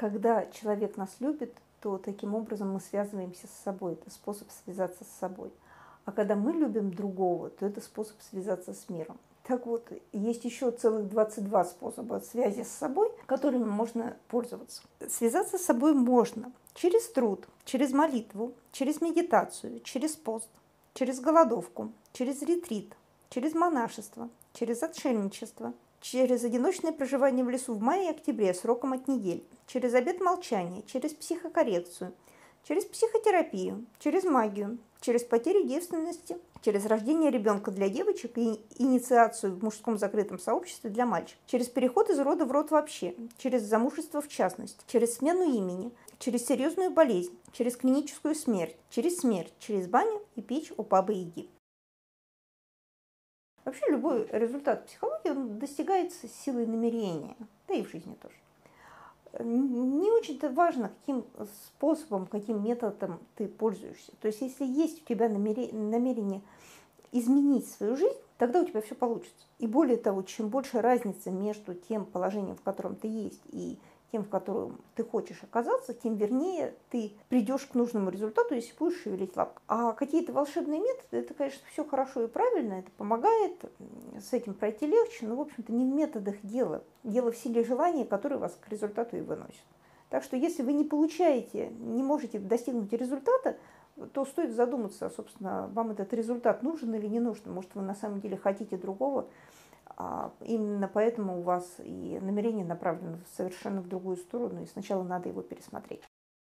Когда человек нас любит, то таким образом мы связываемся с собой. Это способ связаться с собой. А когда мы любим другого, то это способ связаться с миром. Так вот, есть еще целых 22 способа связи с собой, которыми можно пользоваться. Связаться с собой можно через труд, через молитву, через медитацию, через пост, через голодовку, через ретрит, через монашество, через отшельничество, через одиночное проживание в лесу в мае и октябре сроком от недель, через обет молчания, через психокоррекцию, через психотерапию, через магию, через потерю девственности, через рождение ребенка для девочек и инициацию в мужском закрытом сообществе для мальчиков, через переход из рода в род вообще, через замужество в частности, через смену имени, через серьезную болезнь, через клиническую смерть, через баню и печь у Бабы Яги. Вообще любой результат психологии он достигается силой намерения, да и в жизни тоже. Не очень-то важно, каким способом, каким методом ты пользуешься. То есть если есть у тебя намерение изменить свою жизнь, тогда у тебя все получится. И более того, чем больше разница между тем положением, в котором ты есть, и тем, в котором ты хочешь оказаться, тем вернее ты придешь к нужному результату, если будешь шевелить лапкой. А какие-то волшебные методы, это, конечно, все хорошо и правильно, это помогает, с этим пройти легче, но, в общем-то, не в методах дело. Дело в силе желания, которое вас к результату и выносит. Так что если вы не получаете, не можете достигнуть результата, то стоит задуматься, собственно, вам этот результат нужен или не нужен. Может, вы на самом деле хотите другого, именно поэтому у вас и намерение направлено совершенно в другую сторону, и сначала надо его пересмотреть.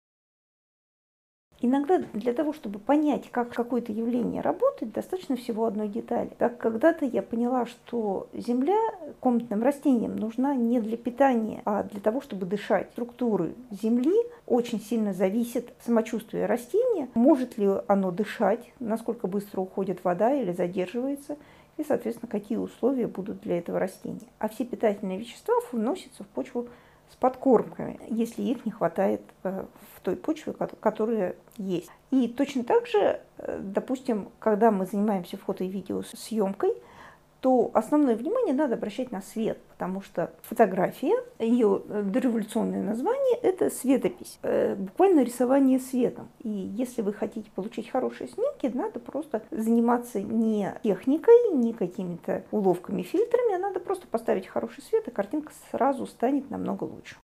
Иногда для того, чтобы понять, как какое-то явление работает, достаточно всего одной детали. Так когда-то я поняла, что земля комнатным растениям нужна не для питания, а для того, чтобы дышать. Структуры земли очень сильно зависит самочувствие растения, может ли оно дышать, насколько быстро уходит вода или задерживается, и, соответственно, какие условия будут для этого растения. А все питательные вещества вносятся в почву с подкормками, если их не хватает в той почве, которая есть. И точно так же, допустим, когда мы занимаемся фото- и видеосъемкой, то основное внимание надо обращать на свет, потому что фотография, ее дореволюционное название – это светопись, буквально рисование светом. И если вы хотите получить хорошие снимки, надо просто заниматься не техникой, не какими-то уловками, фильтрами, а надо просто поставить хороший свет, и картинка сразу станет намного лучше.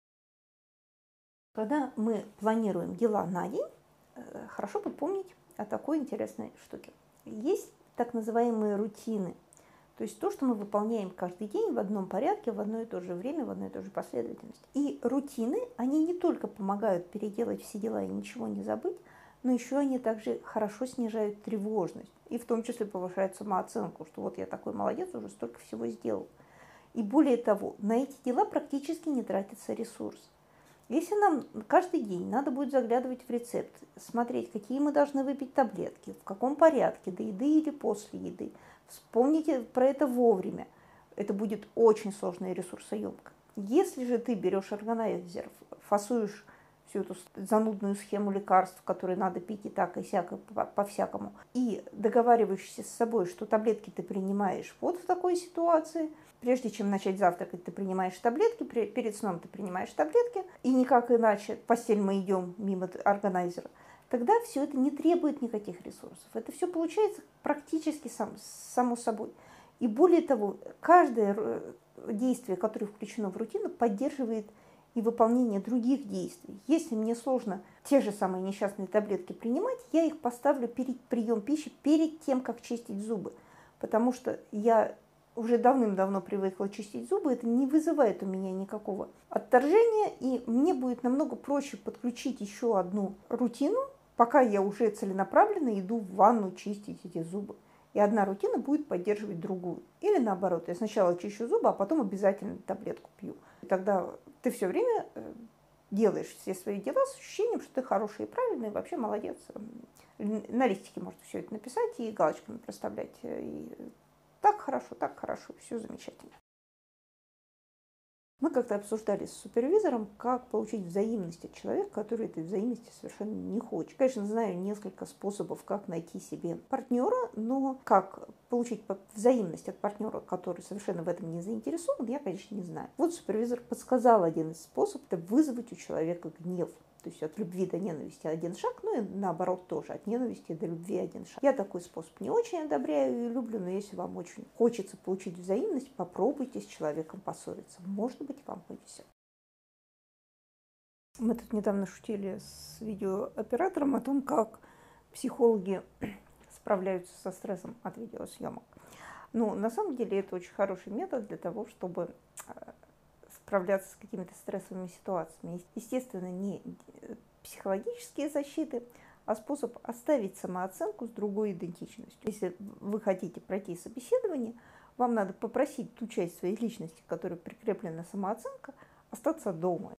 Когда мы планируем дела на день, хорошо бы помнить о такой интересной штуке. Есть так называемые рутины. То есть то, что мы выполняем каждый день в одном порядке, в одно и то же время, в одной и той же последовательности. И рутины, они не только помогают переделать все дела и ничего не забыть, но еще они также хорошо снижают тревожность. И в том числе повышают самооценку, что вот я такой молодец, уже столько всего сделал. И более того, на эти дела практически не тратится ресурс. Если нам каждый день надо будет заглядывать в рецепт, смотреть, какие мы должны выпить таблетки, в каком порядке, до еды или после еды, вспомните про это вовремя, это будет очень сложно и ресурсоемко. Если же ты берешь органайзер, фасуешь всю эту занудную схему лекарств, которые надо пить и так, и сяко, по-всякому, и договариваешься с собой, что таблетки ты принимаешь вот в такой ситуации, прежде чем начать завтракать, ты принимаешь таблетки, перед сном ты принимаешь таблетки, и никак иначе в постель мы идем мимо органайзера, тогда все это не требует никаких ресурсов. Это все получается практически само собой. И более того, каждое действие, которое включено в рутину, поддерживает и выполнение других действий. Если мне сложно те же самые несчастные таблетки принимать, я их поставлю перед прием пищи, перед тем, как чистить зубы. Потому что я уже давным-давно привыкла чистить зубы, это не вызывает у меня никакого отторжения, и мне будет намного проще подключить еще одну рутину, пока я уже целенаправленно иду в ванну чистить эти зубы. И одна рутина будет поддерживать другую. Или наоборот, я сначала чищу зубы, а потом обязательно таблетку пью. И тогда ты все время делаешь все свои дела с ощущением, что ты хороший и правильный, и вообще молодец. На листике можно все это написать и галочками проставлять. И так хорошо, все замечательно. Мы как-то обсуждали с супервизором, как получить взаимность от человека, который этой взаимности совершенно не хочет. Конечно, знаю несколько способов, как найти себе партнера, но как получить взаимность от партнера, который совершенно в этом не заинтересован, я, конечно, не знаю. Вот супервизор подсказал один из способов – это вызвать у человека гнев. То есть от любви до ненависти один шаг, ну и наоборот тоже, от ненависти до любви один шаг. Я такой способ не очень одобряю и люблю, но если вам очень хочется получить взаимность, попробуйте с человеком поссориться. Может быть, вам повезет. Мы тут недавно шутили с видеооператором о том, как психологи справляются со стрессом от видеосъемок. Ну, на самом деле это очень хороший метод для того, чтобы справляться с какими-то стрессовыми ситуациями. Естественно, не психологические защиты, а способ оставить самооценку с другой идентичностью. Если вы хотите пройти собеседование, вам надо попросить ту часть своей личности, которой прикреплена самооценка, остаться дома.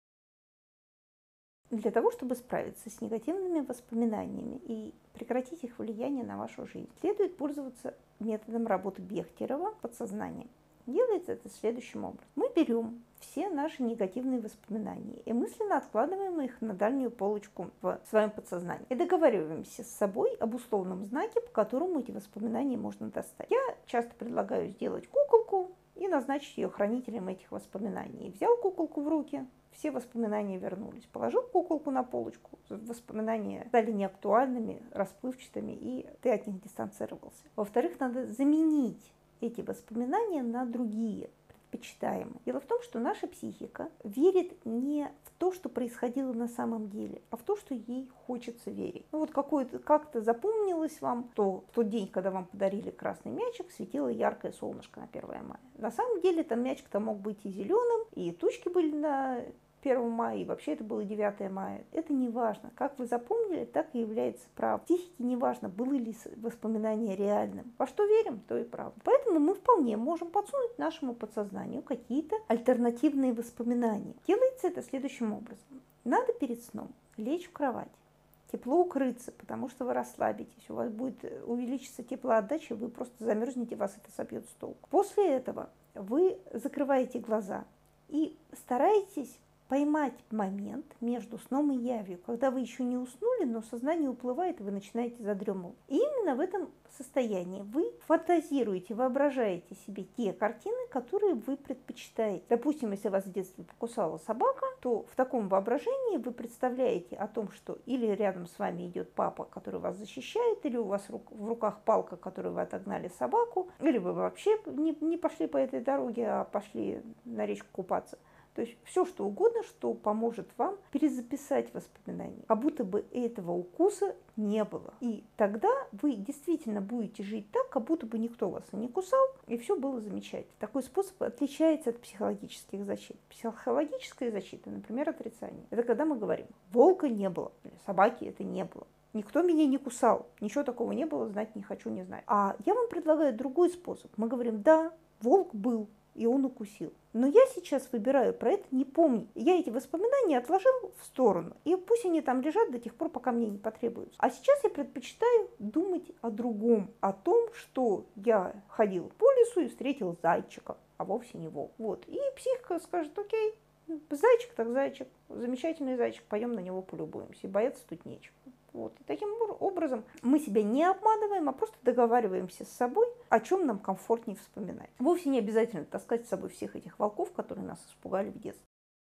Для того, чтобы справиться с негативными воспоминаниями и прекратить их влияние на вашу жизнь, следует пользоваться методом работы Бехтерева подсознанием. Делается это следующим образом. Мы берем все наши негативные воспоминания и мысленно откладываем их на дальнюю полочку в своем подсознании. И договариваемся с собой об условном знаке, по которому эти воспоминания можно достать. Я часто предлагаю сделать куколку и назначить ее хранителем этих воспоминаний. Взял куколку в руки, все воспоминания вернулись. Положил куколку на полочку, воспоминания стали неактуальными, расплывчатыми, и ты от них дистанцировался. Во-вторых, надо заменить эти воспоминания на другие, предпочитаемые. Дело в том, что наша психика верит не в то, что происходило на самом деле, а в то, что ей хочется верить. Ну вот как-то запомнилось вам, то в тот день, когда вам подарили красный мячик, светило яркое солнышко на 1 мая. На самом деле там мячик-то мог быть и зеленым, и тучки были на 1 мая, и вообще это было 9 мая. Это не важно. Как вы запомнили, так и является правдой. В психике не важно, были ли воспоминания реальным. Во что верим, то и правда. Поэтому мы вполне можем подсунуть нашему подсознанию какие-то альтернативные воспоминания. Делается это следующим образом. Надо перед сном лечь в кровать, тепло укрыться, потому что вы расслабитесь, у вас будет увеличиться теплоотдача, вы просто замерзнете, вас это собьет с толку. После этого вы закрываете глаза и стараетесь поймать момент между сном и явью, когда вы еще не уснули, но сознание уплывает, и вы начинаете задремывать. И именно в этом состоянии вы фантазируете, воображаете себе те картины, которые вы предпочитаете. Допустим, если вас в детстве покусала собака, то в таком воображении вы представляете о том, что или рядом с вами идет папа, который вас защищает, или у вас в руках палка, которой вы отогнали собаку, или вы вообще не пошли по этой дороге, а пошли на речку купаться. То есть все, что угодно, что поможет вам перезаписать воспоминания. Как будто бы этого укуса не было. И тогда вы действительно будете жить так, как будто бы никто вас и не кусал, и все было замечательно. Такой способ отличается от психологических защит. Психологическая защита, например, отрицание. Это когда мы говорим, волка не было, или собаки это не было. Никто меня не кусал, ничего такого не было, знать не хочу, не знаю. А я вам предлагаю другой способ. Мы говорим, да, волк был, и он укусил. Но я сейчас выбираю про это не помнить. Я эти воспоминания отложил в сторону. И пусть они там лежат до тех пор, пока мне не потребуются. А сейчас я предпочитаю думать о другом. О том, что я ходил по лесу и встретил зайчика, а вовсе не волк. Вот. И психика скажет, окей, зайчик так зайчик. Замечательный зайчик, пойдем на него полюбуемся. И бояться тут нечего. Вот. И таким образом мы себя не обманываем, а просто договариваемся с собой, о чем нам комфортнее вспоминать. Вовсе не обязательно таскать с собой всех этих волков, которые нас испугали в детстве.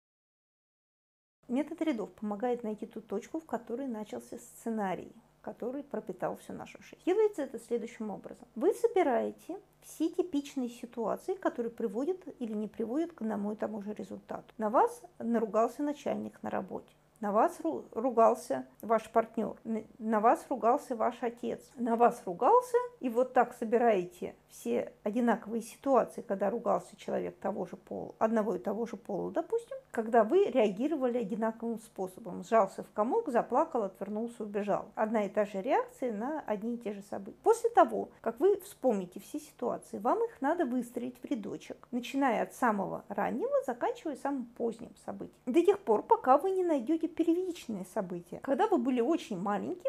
Метод рядов помогает найти ту точку, в которой начался сценарий, который пропитал всю нашу жизнь. Делается это следующим образом. Вы собираете все типичные ситуации, которые приводят или не приводят к одному и тому же результату. На вас наругался начальник на работе. На вас ругался ваш партнер, на вас ругался ваш отец, на вас ругался, и вот так собираете все одинаковые ситуации, когда ругался человек того же пола, одного и того же пола, допустим, когда вы реагировали одинаковым способом. Сжался в комок, заплакал, отвернулся, убежал. Одна и та же реакция на одни и те же события. После того, как вы вспомните все ситуации, вам их надо выстроить в рядочек, начиная от самого раннего, заканчивая самым поздним событием. До тех пор, пока вы не найдете первичные события. Когда вы были очень маленьким,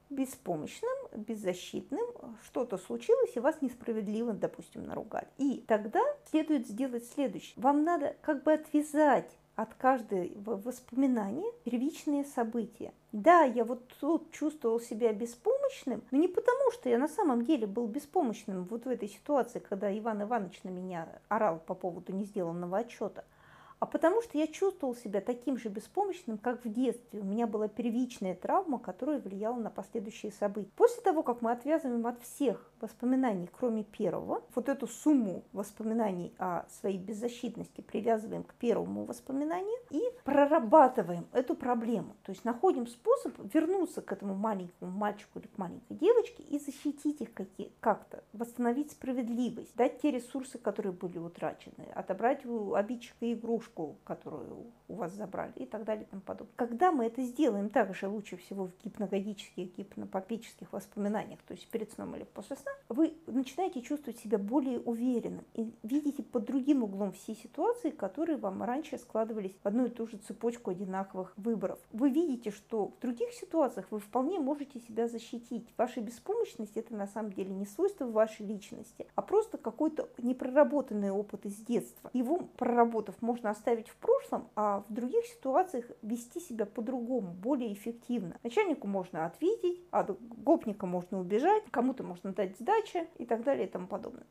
беспомощным, беззащитным, что-то случилось, и вас несправедливо, допустим, наругали. И тогда следует сделать следующее. Вам надо как бы отвязать от каждого воспоминания первичные события. Да, я вот тут чувствовал себя беспомощным, но не потому, что я на самом деле был беспомощным вот в этой ситуации, когда Иван Иванович на меня орал по поводу несделанного отчета, а потому что я чувствовал себя таким же беспомощным, как в детстве. У меня была первичная травма, которая влияла на последующие события. После того, как мы отвязываем от всех воспоминаний, кроме первого, вот эту сумму воспоминаний о своей беззащитности привязываем к первому воспоминанию и прорабатываем эту проблему. То есть находим способ вернуться к этому маленькому мальчику или к маленькой девочке и защитить их как-то, восстановить справедливость, дать те ресурсы, которые были утрачены, отобрать у обидчика игрушку, которую у вас забрали и так далее и тому подобное. Когда мы это сделаем, также лучше всего в гипногодических, гипнопопических воспоминаниях, то есть перед сном или после сна, вы начинаете чувствовать себя более уверенным и видите под другим углом все ситуации, которые вам раньше складывались в одну и ту же цепочку одинаковых выборов. Вы видите, что в других ситуациях вы вполне можете себя защитить. Ваша беспомощность – это на самом деле не свойство вашей личности, а просто какой-то непроработанный опыт из детства. Его проработав, можно оставить в прошлом, а в других ситуациях вести себя по-другому, более эффективно. Начальнику можно ответить, а от гопника можно убежать, кому-то можно дать сдачи и так далее и тому подобное.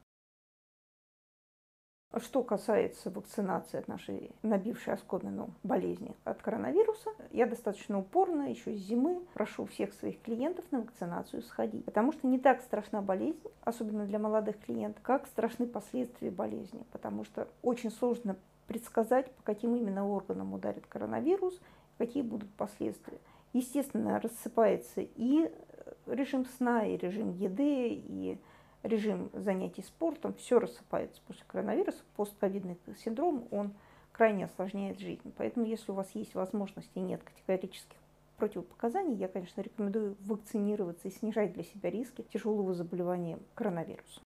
Что касается вакцинации от нашей набившей оскомину болезни от коронавируса, я достаточно упорно еще с зимы прошу всех своих клиентов на вакцинацию сходить, потому что не так страшна болезнь, особенно для молодых клиентов, как страшны последствия болезни, потому что очень сложно предсказать, по каким именно органам ударит коронавирус, какие будут последствия. Естественно, рассыпается и режим сна, и режим еды, и режим занятий спортом, все рассыпается после коронавируса, постковидный синдром, он крайне осложняет жизнь. Поэтому, если у вас есть возможность и нет категорических противопоказаний, я, конечно, рекомендую вакцинироваться и снижать для себя риски тяжелого заболевания коронавирусом.